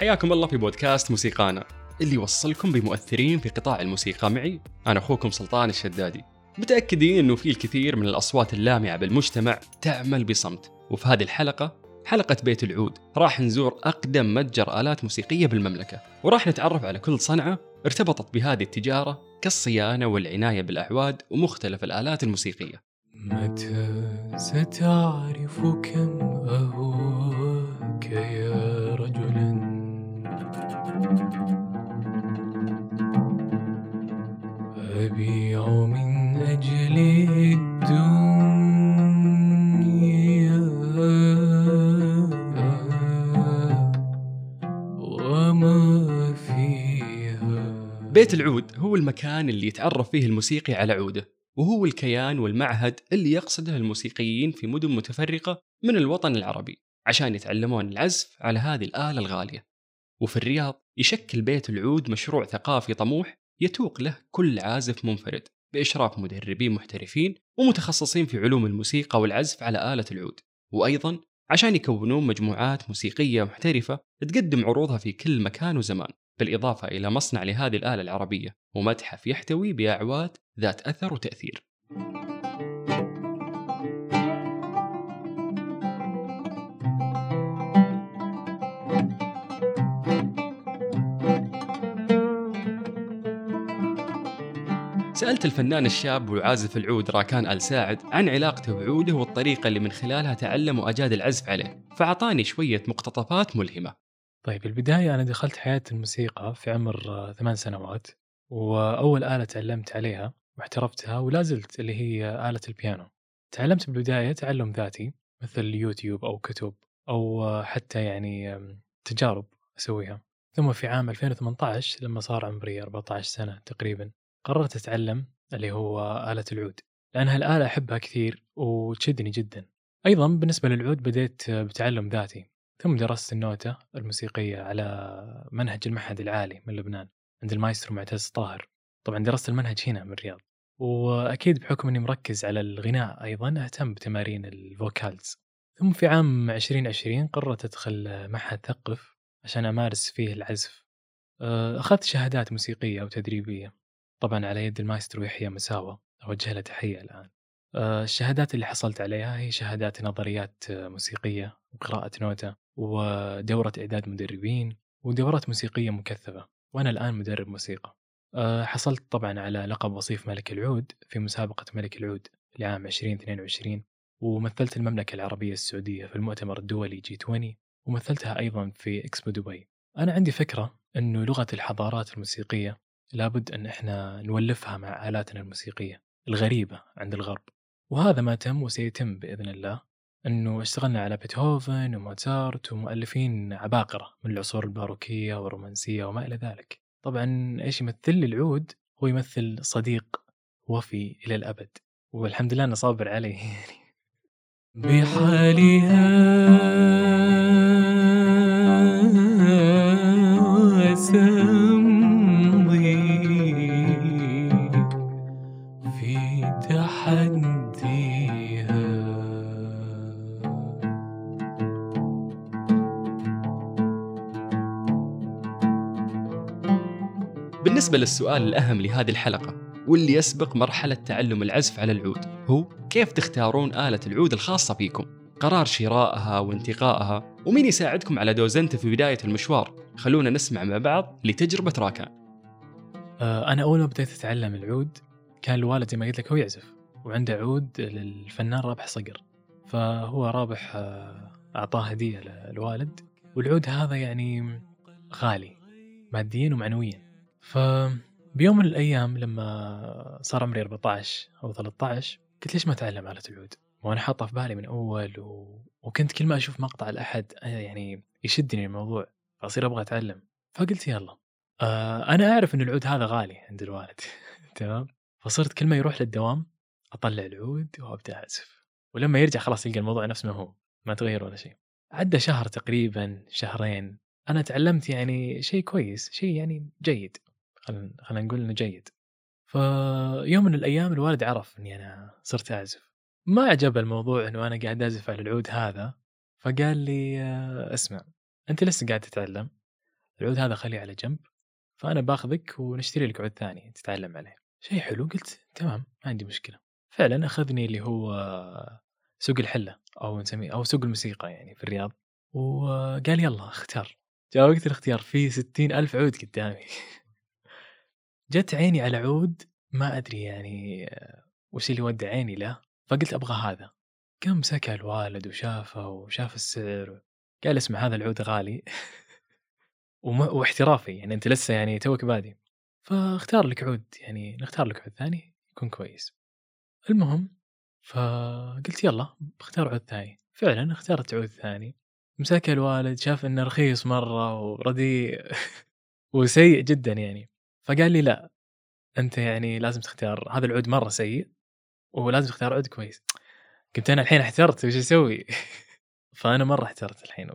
حياكم الله في بودكاست موسيقانا اللي يوصلكم بمؤثرين في قطاع الموسيقى. معي أنا أخوكم سلطان الشدادي. متأكدين أنه في الكثير من الأصوات اللامعة بالمجتمع تعمل بصمت، وفي هذه الحلقة، حلقة بيت العود، راح نزور أقدم متجر آلات موسيقية بالمملكة، وراح نتعرف على كل صنعة ارتبطت بهذه التجارة كالصيانة والعناية بالأعواد ومختلف الآلات الموسيقية. متى ستعرف كم أهواك يا رجلا، أبيع من أجل الدنيا وما فيها. بيت العود هو المكان اللي يتعرف فيه الموسيقي على عوده، وهو الكيان والمعهد اللي يقصده الموسيقيين في مدن متفرقة من الوطن العربي عشان يتعلمون العزف على هذه الآلة الغالية. وفي الرياض يشكل بيت العود مشروع ثقافي طموح يتوق له كل عازف منفرد بإشراف مدربين محترفين ومتخصصين في علوم الموسيقى والعزف على آلة العود، وأيضاً عشان يكونون مجموعات موسيقية محترفة تقدم عروضها في كل مكان وزمان، بالإضافة إلى مصنع لهذه الآلة العربية ومتحف يحتوي بأعواد ذات أثر وتأثير. سألت الفنان الشاب وعازف العود راكان آل ساعد عن علاقته بعوده والطريقة اللي من خلالها تعلم وأجاد العزف عليه، فأعطاني شوية مقتطفات ملهمة. طيب البداية أنا دخلت حياة الموسيقى في عمر 8 سنوات، وأول آلة تعلمت عليها واحترفتها ولا زلت اللي هي آلة البيانو. تعلمت بالبداية تعلم ذاتي مثل يوتيوب أو كتب أو حتى يعني تجارب أسويها. ثم في عام 2018 لما صار عمري 14 سنة تقريبا قررت أتعلم اللي هو آلة العود، لأنها الآلة أحبها كثير وتشدني جدا. أيضا بالنسبة للعود بديت بتعلم ذاتي، ثم درست النوتة الموسيقية على منهج المعهد العالي من لبنان عند المايسترو معتز طاهر. طبعا درست المنهج هنا من الرياض، وأكيد بحكم أني مركز على الغناء أيضا أهتم بتمارين الفوكالز. ثم في عام 2020 قررت أدخل معهد ثقف عشان أمارس فيه العزف. أخذت شهادات موسيقية وتدريبية طبعا على يد المايسترو يحيى مساوة، أوجه له تحية الآن. الشهادات اللي حصلت عليها هي شهادات نظريات موسيقية وقراءة نوتة ودورة إعداد مدربين ودورات موسيقية مكثفة، وأنا الآن مدرب موسيقى. حصلت طبعا على لقب وصيف ملك العود في مسابقة ملك العود لعام 2022، ومثلت المملكة العربية السعودية في المؤتمر الدولي G20، ومثلتها أيضا في إكسبو دبي. أنا عندي فكرة أنه لغة الحضارات الموسيقية لابد أن إحنا نولفها مع آلاتنا الموسيقية الغريبة عند الغرب، وهذا ما تم وسيتم بإذن الله. أنه اشتغلنا على بيتهوفن وموتسارت ومؤلفين عباقرة من العصور الباروكية والرومانسية وما إلى ذلك. طبعا إيش يمثل لي العود؟ هو يمثل صديق وفي إلى الأبد، والحمد لله أنا صابر عليه يعني. بحالها وسمضي في تحديها. بالنسبة للسؤال الأهم لهذه الحلقة واللي يسبق مرحلة تعلم العزف على العود، هو كيف تختارون آلة العود الخاصة فيكم؟ قرار شرائها وانتقائها، ومين يساعدكم على دوزنته في بداية المشوار؟ خلونا نسمع مع بعض لتجربة راكان. أنا أول ما بديت أتعلم العود كان الوالد زي ما قلت لك هو يعزف، وعنده عود للفنان رابح صقر، فهو رابح أعطاه هدية للوالد، والعود هذا يعني غالي ماديا ومعنويا. فبيوم من الأيام لما صار عمري 14 أو 13 قلت ليش ما أتعلم آلة العود، وأنا حاطه في بالي من أول وكنت كل ما أشوف مقطع لأحد يعني يشدني الموضوع فأصير أبغى أتعلم. فقلت يلا. أنا أعرف إن العود هذا غالي عند الوالد تمام، فصرت كل ما يروح للدوام أطلع العود وأبدأ أعزف، ولما يرجع خلاص يلقى الموضوع نفس ما هو، ما تغير ولا شيء. عدى شهر تقريبا شهرين، أنا تعلمت يعني شيء كويس، شيء يعني جيد، خلنا نقول إنه جيد. فيوم من الأيام الوالد عرف إني أنا صرت أعزف، ما عجب الموضوع إنه أنا قاعد أعزف على العود هذا، فقال لي اسمع أنت لسه قاعد تتعلم، العود هذا خليه على جنب، فأنا باخذك ونشتري لك عود ثاني تتعلم عليه. شيء حلو، قلت تمام ما عندي مشكلة. فعلًا أخذني اللي هو سوق الحلة أو نسميه أو سوق الموسيقى يعني في الرياض، وقال يالّا اختار. جاء وقت الاختيار في 60,000 عود قدامي. جات عيني على عود ما أدري يعني وش اللي ودى عيني له، فقلت أبغى هذا. قام مسكها الوالد وشافه وشاف السعر، قال اسمع هذا العود غالي واحترافي، يعني أنت لسه يعني توك بادي، فاختار لك عود، يعني نختار لك عود ثاني يكون كويس. المهم فقلت يلا باختار عود ثاني، فعلًا اخترت عود ثاني، مسكها الوالد شاف إنه رخيص مرة ورديء وسيء جدًا يعني، فقال لي: "لأ أنت يعني لازم تختار، هذا العود مرة سيء ولازم تختار عود كويس." قمت أنا الحين احترت وش أسوي؟ فأنا مرة احترت الحين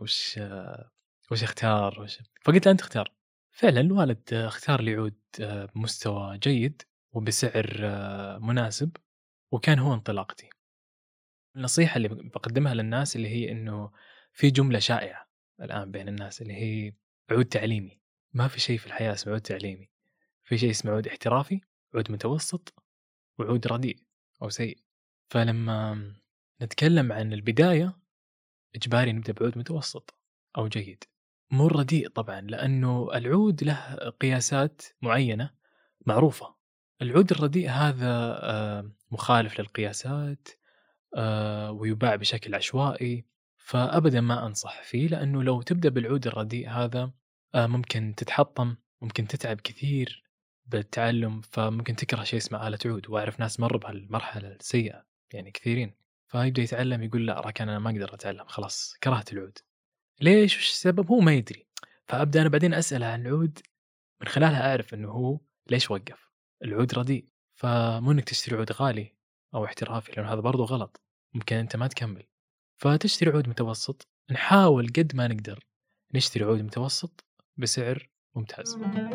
وش أختار فقلت له: "أنت اختار." فعلًا الوالد اختار لي عود بمستوى جيد وبسعر مناسب، وكان هو انطلاقتي. النصيحة اللي باقدمها للناس اللي هي إنه في جملة شائعة الآن بين الناس اللي هي عود تعليمي، ما في شيء في الحياة اسمه عود تعليمي، في شيء اسمه عود احترافي، عود متوسط، وعود رديء أو سيء. فلما نتكلم عن البداية إجباري نبدأ بعود متوسط أو جيد، مو الرديء طبعًا، لأنه العود له قياسات معينة معروفة. العود الرديء هذا مخالف للقياسات ويُباع بشكل عشوائي، فأبدًا ما أنصح فيه، لأنه لو تبدأ بالعود الرديء هذا ممكن تتحطم، ممكن تتعب كثير بالتعلم، فممكن تكره شيء اسمه آلة عود، وأعرف ناس مرّوا بهالمرحلة السيئة يعني كثيرين، فيبدأ يتعلم يقول لأ راكان أنا ما أقدر أتعلم خلاص كرهت العود. ليش؟ وش السبب؟ هو ما يدري، فأبدأ أنا بعدين أسأله عن العود، من خلالها أعرف إنه هو ليش وقّف. العود رديء، فمو إنك تشتري عود غالي أو احترافي، لأن هذا برضه غلط، ممكن أنت ما تكمّل، فتشتري عود متوسط. نحاول قد ما نقدر نشتري عود متوسط بسعر ممتاز.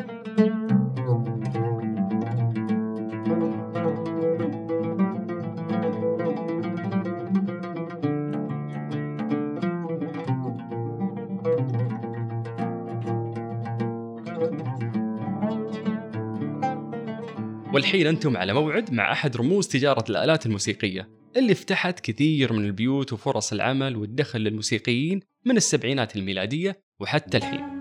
والحين أنتم على موعد مع أحد رموز تجارة الآلات الموسيقية اللي فتحت كثير من البيوت وفرص العمل والدخل للموسيقيين من السبعينات الميلادية وحتى الحين.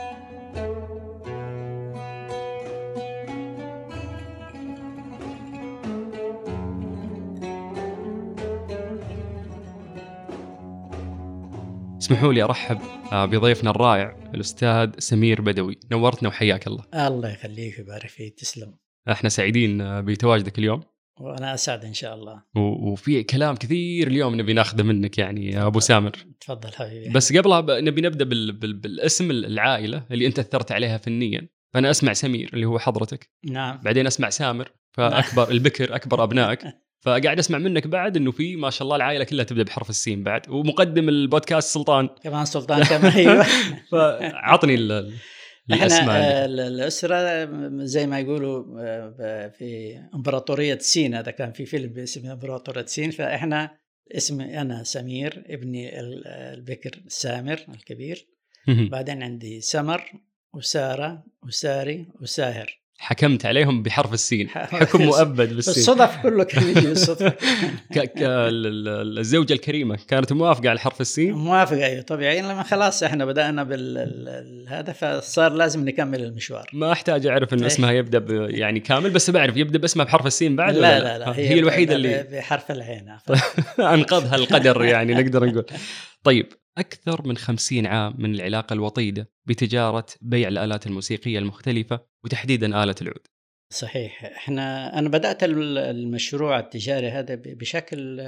اسمحوا لي أرحب بضيفنا الرائع الأستاذ سمير بدوي. نورتنا وحياك الله. الله يخليك ويبارك فيك، تسلم. احنا سعيدين بتواجدك اليوم، وأنا أسعد إن شاء الله. وفي كلام كثير اليوم نبي ناخذه منك يعني يا أبو سامر. تفضل حبيبي. بس قبلها نبي نبدأ بالاسم العائلة اللي أنت أثرت عليها فنيا. فأنا أسمع سمير اللي هو حضرتك، نعم. بعدين أسمع سامر فأكبر البكر أكبر أبنائك، فقاعد أسمع منك بعد إنه في ما شاء الله العائلة كلها تبدأ بحرف السين بعد، ومقدم البودكاست سلطان كمان سلطان كمان. أيوة. فعطني الأسماء. الأسرة زي ما يقولوا في إمبراطورية سين، هذا كان في فيلم باسم إمبراطورية سين، فإحنا اسمي أنا سمير، ابني البكر سامر الكبير، بعدين عندي سمر وسارة وساري وساهر. حكمت عليهم بحرف السين، حكم مؤبد بالسين. الصدف كله كان يجي بالصدفة. الزوجة الكريمة كانت موافقة على حرف السين؟ موافقة أيوة طبيعي، لما خلاص إحنا بدأنا هذا فصار لازم نكمل المشوار. ما أحتاج أعرف إنه اسمها يبدأ يعني كامل، بس بعرف يبدأ باسمها بحرف السين بعد. لا هي الوحيدة اللي بحرف العين. أنقذها القدر يعني نقدر نقول. طيب، أكثر من 50 عام من العلاقة الوطيدة بتجارة بيع الآلات الموسيقية المختلفة وتحديداً آلة العود. صحيح. أنا بدأت المشروع التجاري هذا بشكل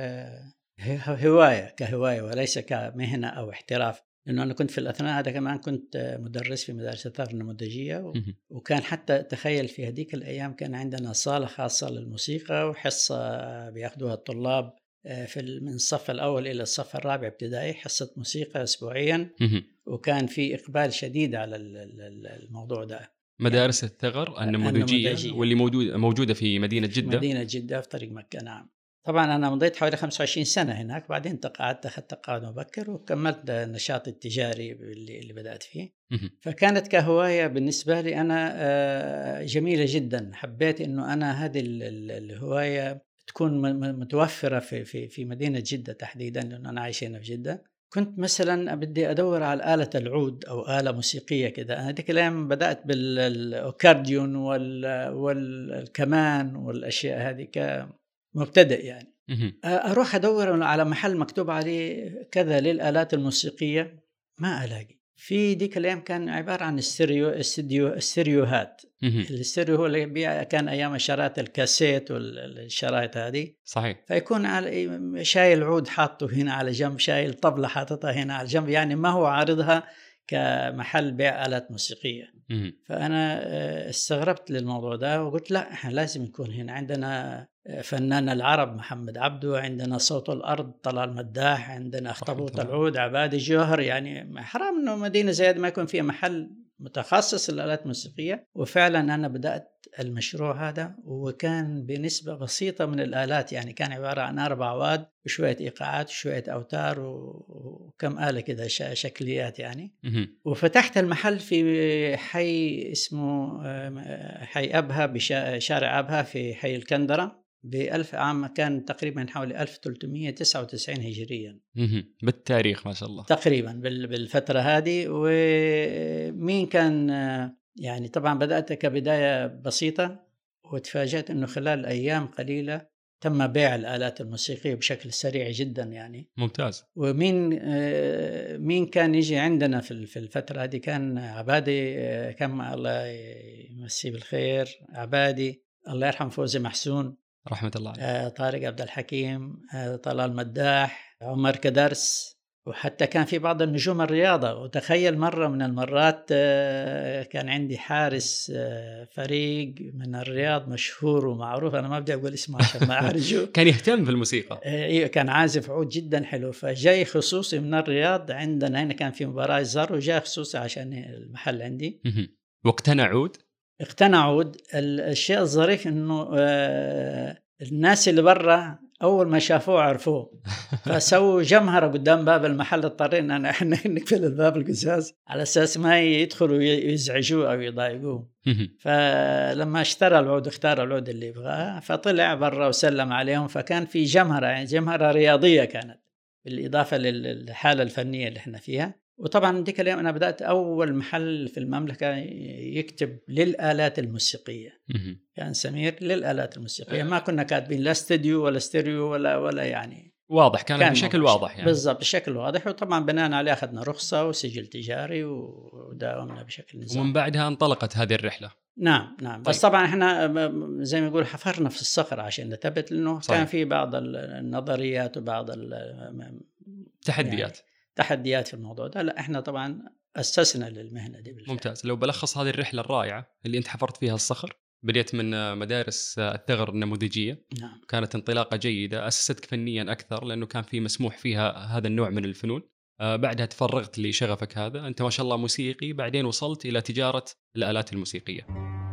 كهواية وليس كمهنة أو احتراف، لأنه أنا كنت في الأثناء هذا كمان كنت مدرس في مدارس الثقافة النموذجية، وكان حتى تخيل في هذيك الأيام كان عندنا صالة خاصة للموسيقى وحصة بيأخذوها الطلاب من الصف الأول إلى الصف الرابع ابتدائي، حصة موسيقى أسبوعيا، وكان في إقبال شديد على الموضوع ده. مدارس الثغر النموذجية واللي موجودة في مدينة جدة. مدينة جدة في طريق مكة. نعم. طبعا أنا مضيت حوالي 25 سنة هناك، بعدين تقاعدت، أخذت تقاعد مبكر وكملت نشاطي التجاري اللي بدأت فيه. فكانت كهواية بالنسبة لي أنا جميلة جدا. حبيت إنه أنا هذه الهواية تكون متوفرة في مدينة جدة تحديدا، لأنه أنا عايش هنا في جدة. كنت مثلا بدي أدور على آلة العود أو آلة موسيقية كده. أنا هذيك الأيام بدأت بالأكارديون والكمان والأشياء هذه كمبتدئ يعني. أروح أدور على محل مكتوب عليه كذا للآلات الموسيقية، ما ألاقي. في ديك الأيام كان عبارة عن الستيريوهات. الستيريو هو اللي كان أيام شرايط الكاسيت والشرايط هذه. صحيح. فيكون شايل عود حاطه هنا على جنب، شايل طبلة حاطتها هنا على جنب، يعني ما هو عارضها كمحل بيع آلات موسيقية. فأنا استغربت للموضوع ده وقلت لا، إحنا لازم يكون هنا عندنا فنان العرب محمد عبده، عندنا صوت الأرض طلال مداح، عندنا أخطبوط العود عبادي جوهر. يعني حرام إنه مدينة زي ما يكون فيها محل متخصص للآلات الموسيقية. وفعلا أنا بدأت المشروع هذا، وكان بنسبة بسيطة من الآلات، يعني كان عبارة عن 4 عواد وشوية إيقاعات وشوية أوتار وكم آلة كده شكليات يعني. وفتحت المحل في حي اسمه حي أبها، بشارع أبها في حي الكندرة، ب1000 عام، كان تقريبا حوالي 1399 هجريا. بالتاريخ ما شاء الله تقريبا بالفترة هذه. ومين كان يعني طبعا بدأت كبداية بسيطة، وتفاجأت أنه خلال أيام قليلة تم بيع الآلات الموسيقية بشكل سريع جدا يعني. ممتاز. مين كان يجي عندنا في الفترة هذه؟ كان عبادي، كان الله يمسيه بالخير، عبادي الله يرحم، فوزي محسون رحمة الله عليه، طارق عبد الحكيم، طلال مداح، عمر كدرس، وحتى كان في بعض النجوم الرياضة. وتخيل مرة من المرات كان عندي حارس فريق من الرياض مشهور ومعروف، أنا ما بدي أقول اسمه عشان ما أعرجه. كان يهتم في الموسيقى. كان عازف عود جدا حلو، فجاي خصوصي من الرياض، عندنا هنا كان في مباراة زار، وجاء خصوصي عشان المحل عندي. واقتنع عود؟ اقتنع عود. الشيء الظريف إنه الناس اللي برا أول ما شافوه عرفوه، فسووا جمهرة قدام باب المحل. اضطرينا أن احنا نقفل الباب القزاز على أساس ما يدخلوا يزعجوه أو يضايقوه. فلما اشترى العود، اختار العود اللي يبغاه، فطلع برا وسلم عليهم. فكان في جمهرة، يعني جمهرة رياضية كانت، بالإضافة للحالة الفنية اللي احنا فيها. وطبعا ديك اليوم أنا بدأت أول محل في المملكة يكتب للآلات الموسيقية، كان سمير للآلات الموسيقية. ما كنا كاتبين لا استوديو ولا ستيريو ولا يعني واضح، كان بشكل واضح يعني. بالضبط، بشكل واضح. وطبعا بناء عليه أخذنا رخصة وسجل تجاري وداومنا بشكل نظامي. ومن بعدها انطلقت هذه الرحلة. نعم. طيب. بس طبعا احنا زي ما يقول حفرنا في الصخرة عشان نثبت، لأنه صحيح. كان في بعض النظريات وبعض تحديات يعني تحديات في الموضوع ده. لا، احنا طبعا أسسنا للمهنة دي بالفعل. ممتاز. لو بلخص هذه الرحلة الرائعة اللي انت حفرت فيها الصخر، بديت من مدارس الثغر النموذجية. نعم. كانت انطلاقة جيدة، أسستك فنيا أكثر لأنه كان في مسموح فيها هذا النوع من الفنون. بعدها تفرغت لشغفك هذا، أنت ما شاء الله موسيقي، بعدين وصلت إلى تجارة الآلات الموسيقية.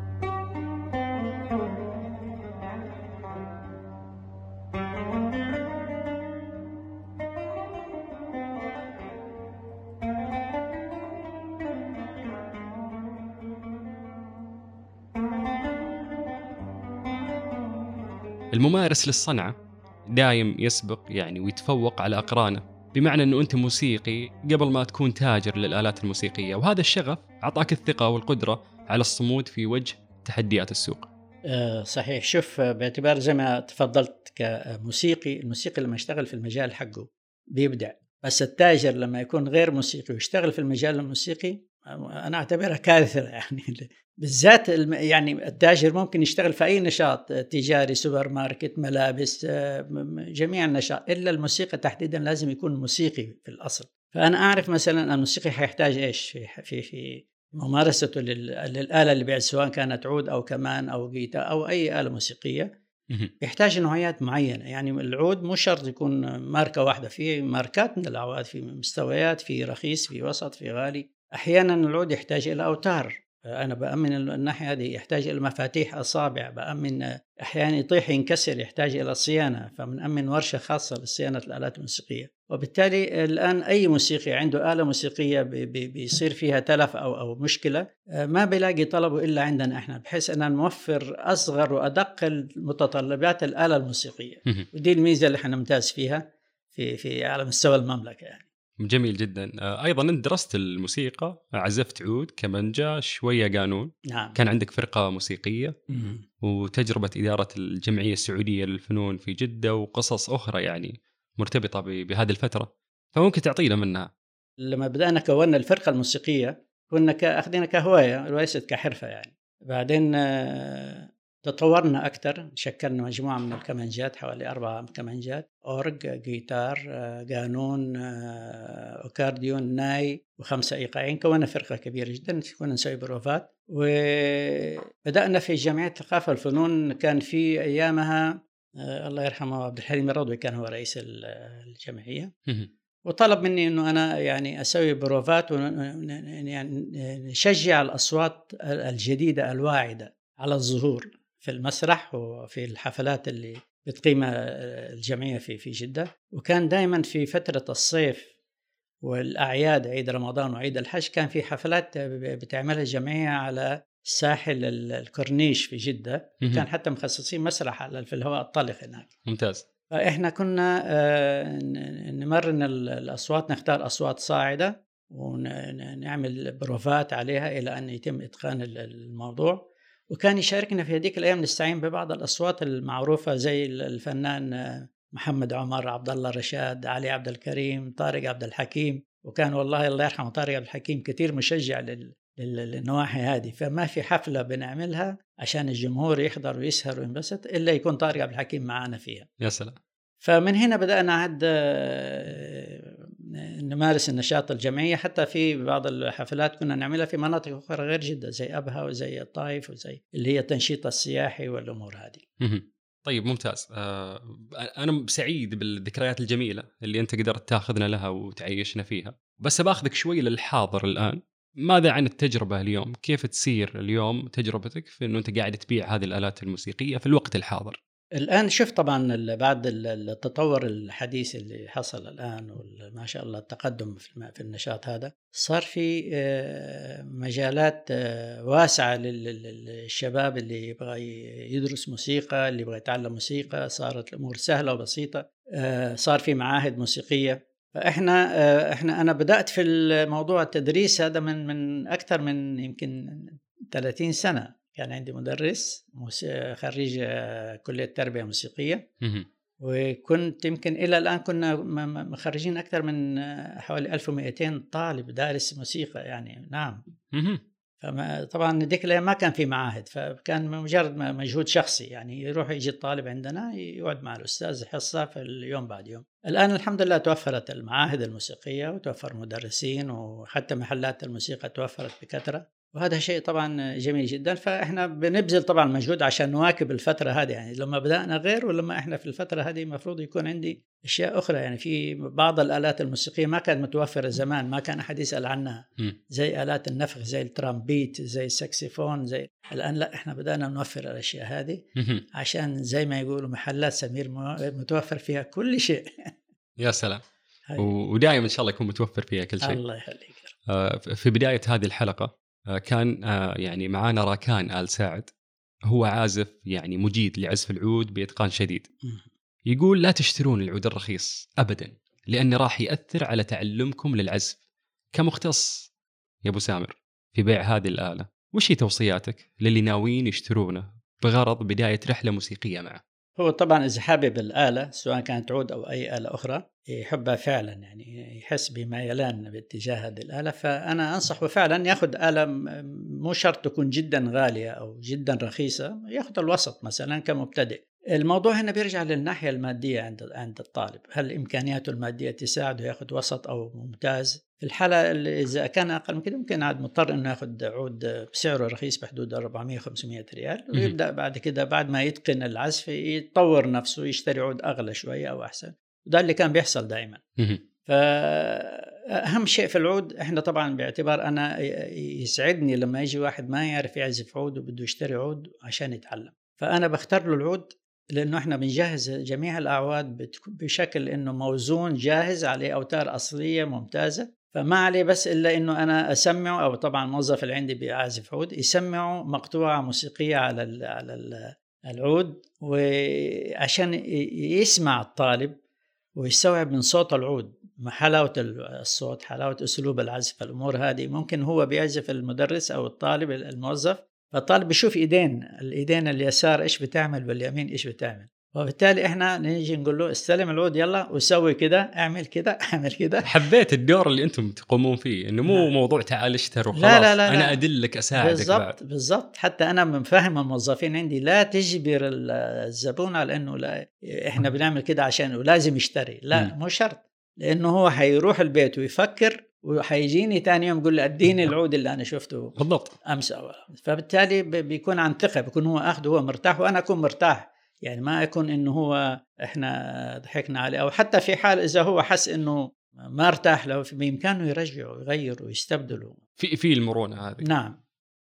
الممارس للصنعة دايم يسبق يعني ويتفوق على أقرانه، بمعنى أنه أنت موسيقي قبل ما تكون تاجر للآلات الموسيقية، وهذا الشغف أعطاك الثقة والقدرة على الصمود في وجه تحديات السوق. صحيح. شوف، باعتبار زي ما تفضلت كموسيقي، الموسيقي لما يشتغل في المجال حقه بيبدع، بس التاجر لما يكون غير موسيقي ويشتغل في المجال الموسيقي أنا أعتبرها كارثة يعني. بالذات يعني التاجر ممكن يشتغل في أي نشاط تجاري، سوبر ماركت، ملابس، جميع النشاط، إلا الموسيقى تحديدا لازم يكون موسيقي في الأصل. فأنا أعرف مثلا الموسيقي حيحتاج إيش في ممارسته للآلة اللي بيعزف، سواء كانت عود أو كمان أو جيتار أو أي آلة موسيقية. يحتاج نوعيات معينة. يعني العود مو شرط يكون ماركة واحدة، في ماركات من الأعواد، في مستويات، في رخيص، في وسط، في غالي. أحيانا العود يحتاج إلى أوتار أنا بأمن الناحية هذه يحتاج إلى مفاتيح أصابع، بأمن أحيانا يطيح ينكسر يحتاج إلى صيانة، فمنأمن ورشة خاصة لصيانة الآلات الموسيقية. وبالتالي الآن أي موسيقي عنده آلة موسيقية بيصير فيها تلف أو مشكلة، ما بيلاقي طلبه إلا عندنا إحنا، بحيث أن نوفر أصغر وأدق متطلبات الآلة الموسيقية. ودي الميزة اللي إحنا نمتاز فيها في على مستوى المملكة يعني. جميل جدا. أيضا أنت درست الموسيقى، عزفت عود، كمانجا، شوية قانون. نعم. كان عندك فرقة موسيقية وتجربة إدارة الجمعية السعودية للفنون في جدة وقصص أخرى يعني مرتبطة بهذه الفترة، فممكن تعطينا منها. لما بدأنا كونا الفرقة الموسيقية كنا أخذنا كهواية وليست كحرفة يعني. بعدين تطورنا أكثر، شكلنا مجموعة من الكمانجات، حوالي 4 كمانجات، أورج، جيتار، قانون، أكارديون، ناي، و5 إيقاعين. كونا فرقة كبيرة جدا، كنا نسوي بروفات. وبدأنا في جمعية الثقافة والفنون، كان في أيامها الله يرحمه عبد الحليم الرضوي كان هو رئيس الجمعية، وطلب مني إنه أنا يعني أسوي بروفات ونشجع الأصوات الجديدة الواعدة على الظهور في المسرح وفي الحفلات اللي بتقيمها الجمعية في جدة. وكان دائما في فترة الصيف والأعياد، عيد رمضان وعيد الحج، كان في حفلات بتعملها الجمعية على ساحل الكورنيش في جدة. كان حتى مخصصين مسرح في الهواء الطلق هناك. ممتاز. فإحنا كنا نمرن الأصوات، نختار أصوات صاعدة ونعمل بروفات عليها إلى أن يتم إتقان الموضوع. وكان يشاركنا في هذيك الأيام نستعين ببعض الأصوات المعروفة زي الفنان محمد عمر، عبد الله رشاد، علي عبد الكريم، طارق عبد الحكيم. وكان والله الله يرحمه طارق عبد الحكيم كتير مشجع للنواحي هذه. فما في حفلة بنعملها عشان الجمهور يحضر ويسهر وينبسط إلا يكون طارق عبد الحكيم معانا فيها. يا سلام. فمن هنا بدأنا عد نمارس النشاط الجمعية، حتى في بعض الحفلات كنا نعملها في مناطق أخرى غير جدة، زي أبها وزي الطائف وزي اللي هي التنشيط السياحي والأمور هذه. طيب ممتاز. أنا سعيد بالذكريات الجميلة اللي أنت قدرت تأخذنا لها وتعيشنا فيها، بس بأخذك شوي للحاضر الآن. ماذا عن التجربة اليوم؟ كيف تسير اليوم تجربتك في أنه أنت قاعد تبيع هذه الآلات الموسيقية في الوقت الحاضر؟ الآن شوف طبعا بعد التطور الحديث اللي حصل الآن وما شاء الله التقدم في النشاط هذا، صار في مجالات واسعة للشباب اللي يبغى يدرس موسيقى، اللي يبغى يتعلم موسيقى. صارت الأمور سهلة وبسيطة، صار في معاهد موسيقية. فإحنا أنا بدأت في الموضوع التدريس هذا من أكثر من يمكن 30 سنة. كان عندي مدرس خريج كلية تربية موسيقية، وكنت يمكن إلى الآن كنا مخرجين أكثر من حوالي 1200 طالب دارس موسيقى يعني. نعم. طبعا ديك الأيام ما كان في معاهد، فكان مجرد مجهود شخصي يعني. يروح يجي الطالب عندنا يقعد مع الأستاذ حصة في اليوم بعد يوم. الآن الحمد لله توفرت المعاهد الموسيقية وتوفر مدرسين، وحتى محلات الموسيقى توفرت بكثرة، وهذا شيء طبعا جميل جدا. فإحنا بنبذل طبعا مجهود عشان نواكب الفترة هذه يعني. لما بدأنا غير، ولما إحنا في الفترة هذه مفروض يكون عندي أشياء أخرى يعني. في بعض الآلات الموسيقية ما كانت متوفرة زمان، ما كان أحد يسأل عنها، زي آلات النفخ، زي الترامبيت، زي الساكسفون، زي الآن لا، إحنا بدأنا نوفر الأشياء هذه عشان زي ما يقولوا محلات سمير متوفر فيها كل شيء. يا سلام. ودائما إن شاء الله يكون متوفر فيها كل شيء. الله يخليك. في بداية هذه الحلقة كان يعني معانا راكان آل ساعد، هو عازف يعني مجيد لعزف العود بإتقان شديد. يقول لا تشترون العود الرخيص أبدا، لأنه راح يأثر على تعلمكم للعزف. كمختص يا أبو سامر في بيع هذه الآلة، وش هي توصياتك للي ناويين يشترونه بغرض بداية رحلة موسيقية معه؟ هو طبعا إذا حابب الآلة سواء كانت عود أو أي آلة أخرى يحبها فعلا يعني، يحس بميلان باتجاه هذه الآلة، فأنا أنصحه فعلا يأخذ آلة مو شرط تكون جدا غالية أو جدا رخيصة، يأخذ الوسط مثلا كمبتدئ. الموضوع هنا بيرجع للناحية المادية عند الطالب، هل إمكانياته المادية تساعده يأخذ وسط أو ممتاز. في الحالة إذا كان أقل من كده ممكن عاد مضطر إنه يأخذ عود بسعره رخيص بحدود 400-500 ريال، ويبدأ بعد كده بعد ما يتقن العزف يطور نفسه يشتري عود أغلى شوية أو أحسن، وده اللي كان بيحصل دائما. فأهم شيء في العود إحنا طبعا باعتبار أنا يسعدني لما يجي واحد ما يعرف يعزف عود وبده يشتري عود عشان يتعلم، فأنا بختار له العود لأنه إحنا بنجهز جميع الأعواد بشكل إنه موزون جاهز عليه أوتار أصلية ممتازة، فما عليه بس إلا إنه أنا أسمعه، أو طبعا الموظف اللي عندي بيعزف عود يسمعه مقطوعة موسيقية على العود، وعشان يسمع الطالب ويستوعب من صوت العود حلاوة الصوت، حلاوة أسلوب العزف، الأمور هذه ممكن هو بيعزف المدرس أو الطالب الموظف، فالطالب بيشوف الإيدين اليسار إيش بتعمل واليمين إيش بتعمل، وبالتالي إحنا نيجي نقول له استلم العود يلا وسوي كده، اعمل كده اعمل كده. حبيت الدور اللي أنتم تقومون فيه، إنه مو موضوع تعال اشتر وخلاص، لا. أنا أدلك أساعدك بالضبط. حتى أنا مفهم الموظفين عندي لا تجبر الزبون على إنه لا إحنا بنعمل كده عشان ولازم يشتري، لا مو شرط، لأنه هو حيروح البيت ويفكر وحيجيني تاني يوم يقول لي اديني العود اللي انا شفته بالضبط امس أول. فبالتالي بيكون عن ثقه، بيكون هو اخذه هو مرتاح وانا اكون مرتاح، يعني ما يكون انه هو احنا ضحكنا عليه، او حتى في حال اذا هو حس انه ما ارتاح له بامكانه يرجعه ويغيره ويستبدله في المرونه هذه. نعم.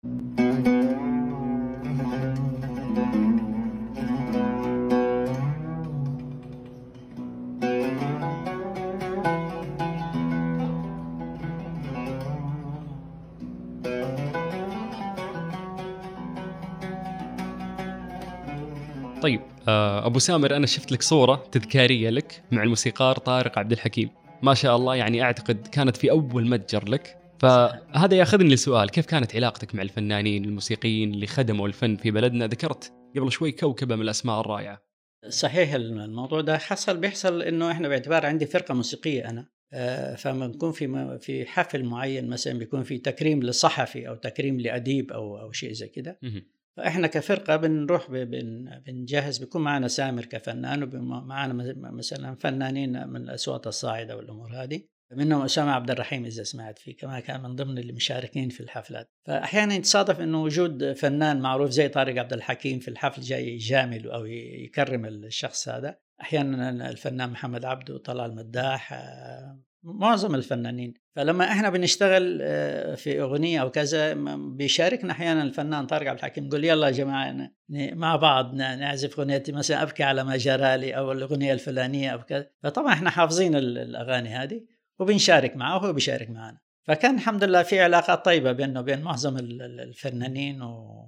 طيب أبو سامر، أنا شفت لك صورة تذكارية لك مع الموسيقار طارق عبد الحكيم، ما شاء الله، يعني أعتقد كانت في أول متجر لك، فهذا ياخذني لسؤال: كيف كانت علاقتك مع الفنانين الموسيقيين اللي خدموا الفن في بلدنا؟ ذكرت قبل شوي كوكبة من الأسماء الرائعة. صحيح، الموضوع ده بيحصل إنه إحنا باعتبار عندي فرقة موسيقية أنا، فما نكون في حفل معين مثلا بيكون في تكريم لصحفي أو تكريم لأديب أو شيء زي كده، فإحنا كفرقة بنروح بنجهز، بيكون معنا سامر كفنان، ومعنا مثلا فنانين من الأصوات الصاعدة والأمور هذه، منهم أسامة عبد الرحيم إذا سمعت فيه، كما كان من ضمن اللي مشاركين في الحفلات. فأحيانا يتصادف إنه وجود فنان معروف زي طارق عبد الحكيم في الحفل جاي يجامل أو يكرم الشخص هذا. أحيانا الفنان محمد عبده، طلال المداح، معظم الفنانين. فلما احنا بنشتغل في اغنيه او كذا بيشاركنا احيانا الفنان طارق عبد الحكيم، يقول يلا يا جماعه مع بعض نعزف اغنيه مثلا ابكي على ما جرالي او الاغنيه الفلانيه او كذا، فطبعا احنا حافظين الاغاني هذه وبنشارك معه وهو بيشارك معنا، فكان الحمد لله في علاقات طيبه بيننا وبين معظم الفنانين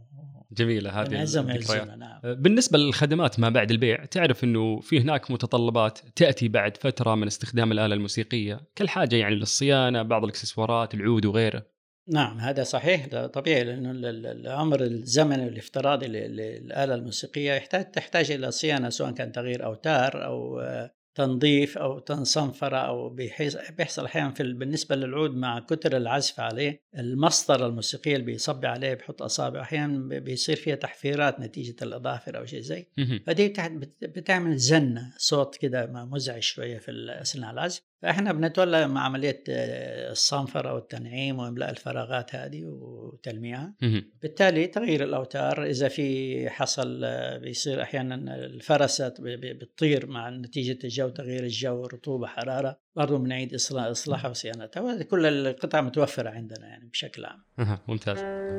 جميلة هذه الذكريات. نعم. بالنسبة للخدمات ما بعد البيع، تعرف أنه في هناك متطلبات تأتي بعد فترة من استخدام الآلة الموسيقية كالحاجة يعني للصيانة، بعض الإكسسوارات، العود وغيره. نعم هذا صحيح، ده طبيعي، لأنه العمر الزمني الافتراضي للآلة الموسيقية تحتاج إلى صيانة، سواء كان تغيير أوتار أو تنظيف أو تنصنفرة، أو بيحصل أحيانا بالنسبة للعود مع كتر العزف عليه المسطرة الموسيقية اللي بيصب عليه بيحط أصابع، أحيانا بيصير فيها تحفيرات نتيجة الأظافر أو شيء زي، فدي بتعمل زنة صوت كده مزعج شوية في أثناء العزف، فإحنا بنتولى مع عملية الصنفرة والتنعيم وإملاء الفراغات هذه وتلميعها. بالتالي تغيير الأوتار، إذا في حصل بيصير أحيانا الفرسة بتطير مع نتيجة الجو، تغيير الجو، رطوبة، حرارة، برضو بنعيد إصلاحها وصيانتها، وهذه كل القطع متوفرة عندنا يعني بشكل عام. ممتاز.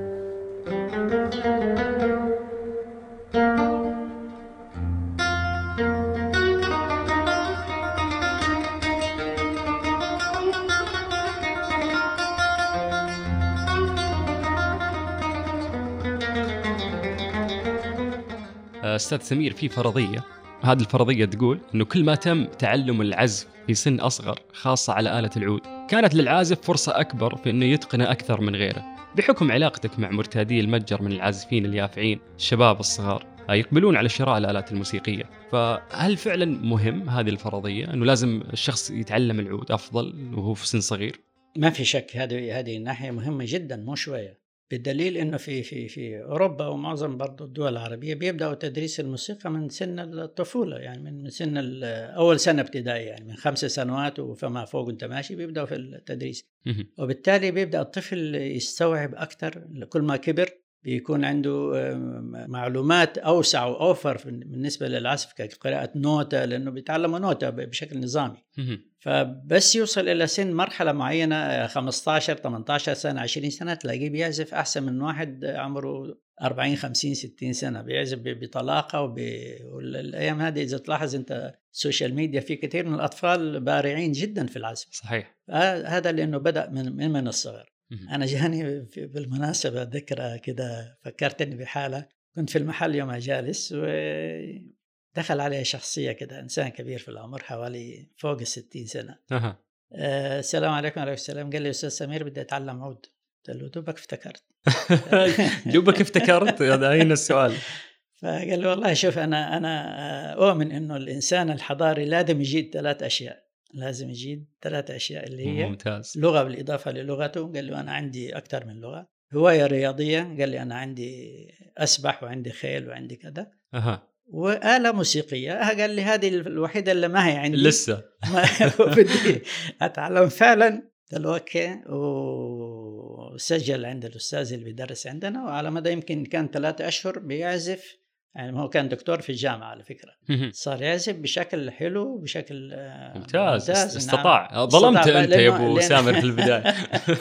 أستاذ سمير، في فرضية، هذه الفرضية تقول أنه كل ما تم تعلم العزف في سن أصغر، خاصة على آلة العود، كانت للعازف فرصة أكبر في أنه يتقن أكثر من غيره. بحكم علاقتك مع مرتادي المتجر من العازفين اليافعين الشباب الصغار يقبلون على شراء الآلات الموسيقية، فهل فعلا مهم هذه الفرضية أنه لازم الشخص يتعلم العود أفضل وهو في سن صغير؟ ما في شك، هذه الناحية مهمة جدا، مو شوية، بالدليل انه في اوروبا ومعظم برضو الدول العربيه بيبداوا تدريس الموسيقى من سن الطفوله، يعني من سن اول سنه ابتدائي، يعني من 5 سنوات وفما فوق انت ماشي بيبداوا في التدريس، وبالتالي بيبدا الطفل يستوعب اكثر كل ما كبر، بيكون عنده معلومات أوسع وأوفر بالنسبة للعزف كقراءة نوتة، لأنه بيتعلموا نوتة بشكل نظامي. فبس يوصل إلى سن مرحلة معينة 15 18 سنة 20 سنة تلاقيه بيعزف أحسن من واحد عمره 40 50 60 سنة بيعزف بطلاقة. والأيام هذه إذا تلاحظ أنت السوشيال ميديا في كثير من الأطفال بارعين جدا في العزف. صحيح. هذا لأنه بدأ من الصغر. أنا جاني بالمناسبة ذكرى كده، فكرتني بحالة. كنت في المحل يوم جالس ودخل علي شخصية كده، إنسان كبير في العمر حوالي فوق 60 سنة. السلام عليكم. وعليكم السلام. قال لي أستاذ سمير بدي أتعلم عود. قلت له دوبك افتكرت. دوبك افتكرت، هذا هنا السؤال. فقال له والله شوف أنا أؤمن إنه الإنسان الحضاري لازم يجيد 3 أشياء. لازم يجيد 3 أشياء اللي هي ممتاز. لغة بالإضافة للغته. قال له أنا عندي أكثر من لغة. هواية رياضية. قال لي أنا عندي أسبح وعندي خيل وعندي كذا. وآلة موسيقية. قال لي هذه الوحيدة اللي ما هي عندي لسه. بدي أتعلم فعلا. قال له أوكي. وسجل عند الأستاذ اللي بيدرس عندنا، وعلى مدى يمكن كان 3 أشهر بيعزف. يعني هو كان دكتور في الجامعة على فكرة. صار يعزف بشكل حلو، بشكل ممتاز. استطاع. ظلمت أنت يا أبو سامر في البداية.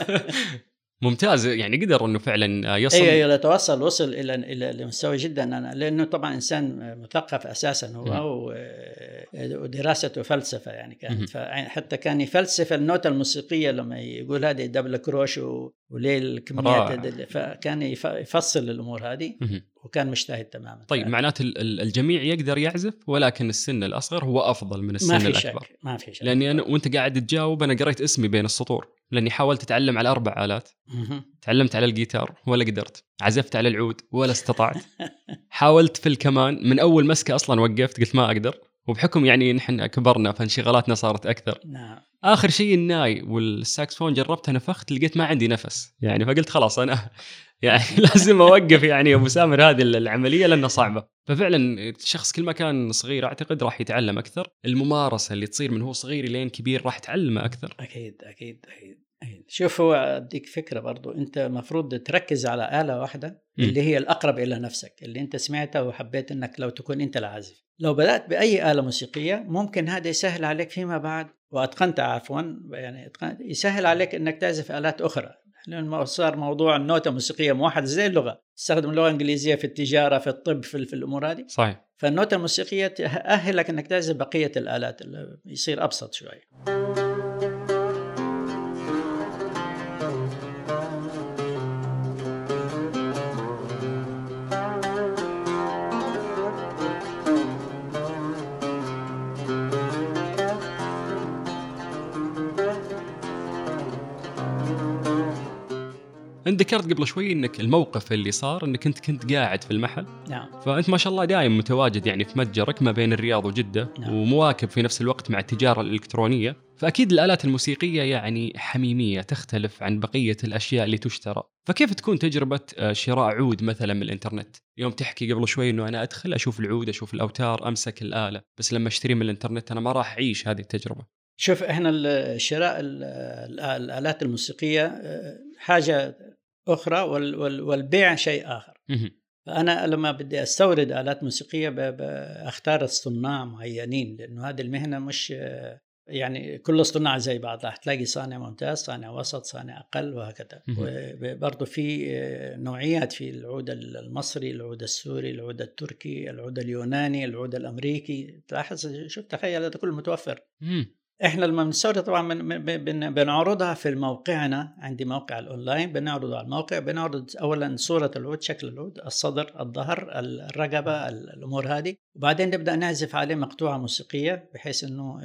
ممتاز. يعني قدر انه فعلا يصل. ايوه وصل الى مستوى جدا. أنا لانه طبعا انسان مثقف اساسا هو، ودراسته فلسفه يعني كانت. حتى كان يفلسف النوتة الموسيقيه لما يقول هذه دبل كروش وليه الكميات، فكان يفصل الامور هذه وكان مجتهد تماما. طيب معناته الجميع يقدر يعزف، ولكن السن الاصغر هو افضل من السن الاكبر. ما في شك. لاني انا وانت قاعد تجاوب انا قريت اسمي بين السطور، لاني حاولت اتعلم على 4 آلات. تعلمت على الجيتار ولا قدرت، عزفت على العود ولا استطعت، حاولت في الكمان من اول مسكه اصلا وقفت، قلت ما اقدر. وبحكم يعني نحن كبرنا فانشغالاتنا صارت اكثر. نعم. اخر شيء الناي والساكسفون جربتها، نفخت لقيت ما عندي نفس يعني، فقلت خلاص انا يعني لازم اوقف يعني يا ابو سامر هذه العمليه لانها صعبه. ففعلا الشخص كل ما كان صغير اعتقد راح يتعلم اكثر. الممارسه اللي تصير من هو صغير لين كبير راح تعلمه اكثر. اكيد. شوف، هو اديك فكره برضو، انت مفروض تركز على آلة واحدة اللي هي الاقرب الى نفسك، اللي انت سمعتها وحبيت انك لو تكون انت العازف. لو بدات باي آلة موسيقيه ممكن هذا يسهل عليك فيما بعد، واتقنت عفوا يعني يسهل عليك انك تعزف آلات اخرى. لأنه صار موضوع النوتة الموسيقية موحدة زي اللغة، تستخدم اللغة الإنجليزية في التجارة، في الطب، في الأمور هذه. صحيح. فالنوتة الموسيقية تأهلك أنك تعزف بقية الآلات، اللي يصير أبسط شوي. انت ذكرت قبل شوي انك الموقف اللي صار انك كنت قاعد في المحل. نعم. فانت ما شاء الله دائم متواجد يعني في متجرك ما بين الرياض وجدة. نعم. ومواكب في نفس الوقت مع التجارة الإلكترونية. فأكيد الآلات الموسيقية يعني حميمية، تختلف عن بقية الأشياء اللي تشترى. فكيف تكون تجربة شراء عود مثلا من الإنترنت؟ يوم تحكي قبل شوي إنه أنا أدخل أشوف العود، أشوف الأوتار، أمسك الآلة، بس لما أشتري من الإنترنت أنا ما راح أعيش هذه التجربة. شوف، إحنا شراء الآلات الموسيقية حاجة أخرى، والبيع شيء آخر. فأنا لما بدي أستورد آلات موسيقية أختار الصناع معينين، لأنه هذه المهنة مش يعني كل الصناع زي بعض، راح تلاقي صانع ممتاز، صانع وسط، صانع أقل، وهكذا. وبرضه في نوعيات، في العود المصري، العود السوري، العود التركي، العود اليوناني، العود الأمريكي. تلاحظ، شوف، تخيل هذا كله متوفر. احنا لما بنستورد طبعا بنعرضها في موقعنا. عندي موقع الاونلاين، بنعرضه على الموقع. بنعرض اولا صورة العود، شكل العود، الصدر، الظهر، الرقبة، الامور هذه، وبعدين نبدا نعزف عليه مقطوعة موسيقية بحيث انه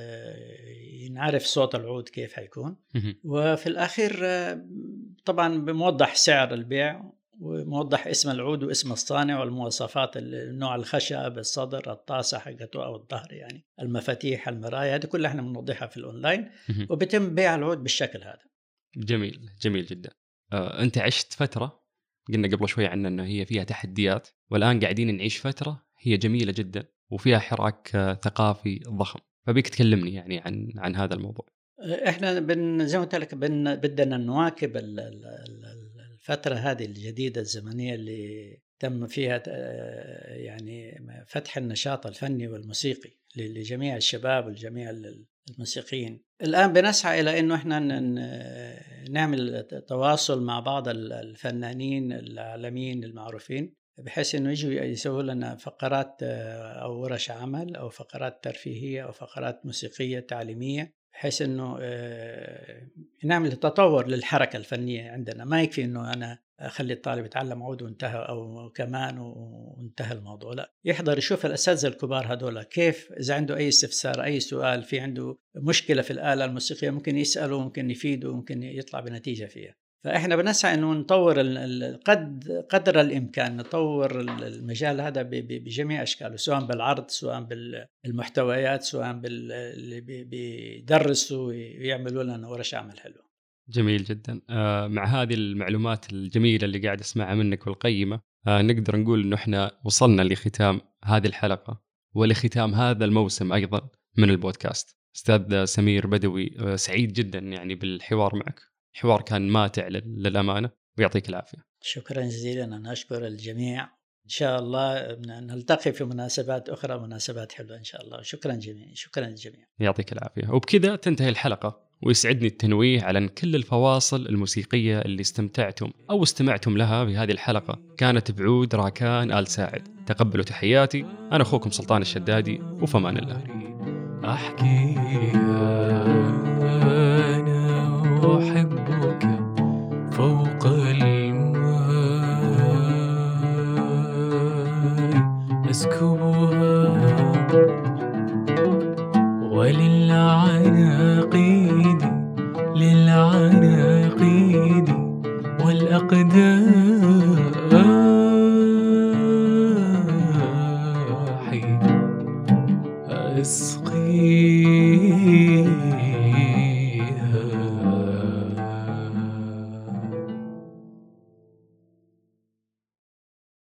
ينعرف صوت العود كيف حيكون. وفي الاخير طبعا بموضح سعر البيع، وموضح اسم العود واسم الصانع والمواصفات، النوع، الخشب، الصدر، الطاسة حقته أو الظهر، يعني المفاتيح، المرايا، هذه كلها احنا بنوضحها في الأونلاين. وبيتم بيع العود بالشكل هذا. جميل جدا. أنت عشت فترة قلنا قبل شوي عنها أنه هي فيها تحديات، والآن قاعدين نعيش فترة هي جميلة جدا وفيها حراك ثقافي ضخم. فبيك تكلمني يعني عن هذا الموضوع. احنا زي ما قلت لك بدنا نواكب الفترة هذه الجديدة الزمنية اللي تم فيها يعني فتح النشاط الفني والموسيقي لجميع الشباب والجميع الموسيقيين. الآن بنسعى إلى إنه إحنا نعمل تواصل مع بعض الفنانين العالميين المعروفين، بحيث إنه يجوا يسووا لنا فقرات أو ورش عمل أو فقرات ترفيهية أو فقرات موسيقية تعليمية، بحيث إنه نعمل تطور للحركة الفنية عندنا. ما يكفي إنه أنا أخلي الطالب يتعلم عود وانتهى أو كمان وانتهى الموضوع، لا، يحضر يشوف الأساتذة الكبار هذولا كيف، إذا عنده أي استفسار أي سؤال، في عنده مشكلة في الآلة الموسيقية، ممكن يسأله، ممكن يفيده، ممكن يطلع بنتيجة فيها. فإحنا بنسعى إنه نطور قدر الإمكان نطور المجال هذا بجميع أشكاله، سواء بالعرض، سواء بالمحتويات، سواء اللي بيدرسوا ويعملوا لنا ورش عمل حلوة. جميل جدا. مع هذه المعلومات الجميلة اللي قاعد أسمعها منك والقيمة، نقدر نقول إنه إحنا وصلنا لختام هذه الحلقة ولختام هذا الموسم أيضا من البودكاست. أستاذ سمير بدوي، سعيد جدا يعني بالحوار معك، حوار كان ماتع للأمانة، ويعطيك العافية. شكرا جزيلا. أنا أشكر الجميع، إن شاء الله نلتقي في مناسبات أخرى، مناسبات حلوة إن شاء الله. شكرا جميعا، شكرا للجميع. يعطيك العافية. وبكذا تنتهي الحلقة، ويسعدني التنويه على كل الفواصل الموسيقية اللي استمتعتم أو استمعتم لها في هذه الحلقة كانت بعود راكان آل ساعد. تقبلوا تحياتي، أنا أخوكم سلطان الشدادي، وفمان الله. أحكيها أنا أحبك فوق الماء، أسكبها وللعناقيد والأقداح أسقى